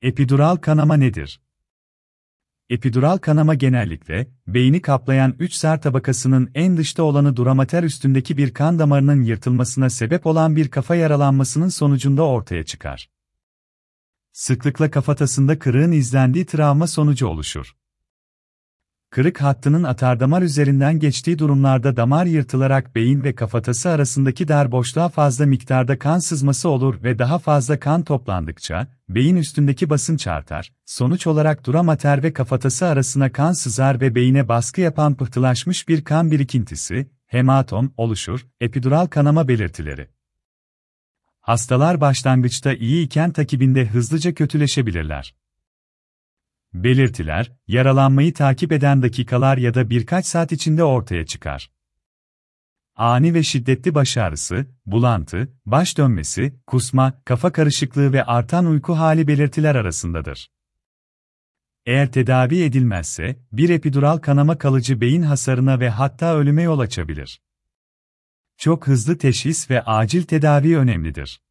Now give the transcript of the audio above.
Epidural kanama nedir? Epidural kanama genellikle, beyni kaplayan üç zar tabakasının en dışta olanı duramater üstündeki bir kan damarının yırtılmasına sebep olan bir kafa yaralanmasının sonucunda ortaya çıkar. Sıklıkla kafatasında kırığın izlendiği travma sonucu oluşur. Kırık hattının atardamar üzerinden geçtiği durumlarda damar yırtılarak beyin ve kafatası arasındaki dar boşluğa fazla miktarda kan sızması olur ve daha fazla kan toplandıkça, beyin üstündeki basınç artar, sonuç olarak duramater ve kafatası arasına kan sızar ve beyine baskı yapan pıhtılaşmış bir kan birikintisi, hematom, oluşur. Epidural kanama belirtileri. Hastalar başlangıçta iyi iken takibinde hızlıca kötüleşebilirler. Belirtiler, yaralanmayı takip eden dakikalar ya da birkaç saat içinde ortaya çıkar. Ani ve şiddetli baş ağrısı, bulantı, baş dönmesi, kusma, kafa karışıklığı ve artan uyku hali belirtiler arasındadır. Eğer tedavi edilmezse, bir epidural kanama kalıcı beyin hasarına ve hatta ölüme yol açabilir. Çok hızlı teşhis ve acil tedavi önemlidir.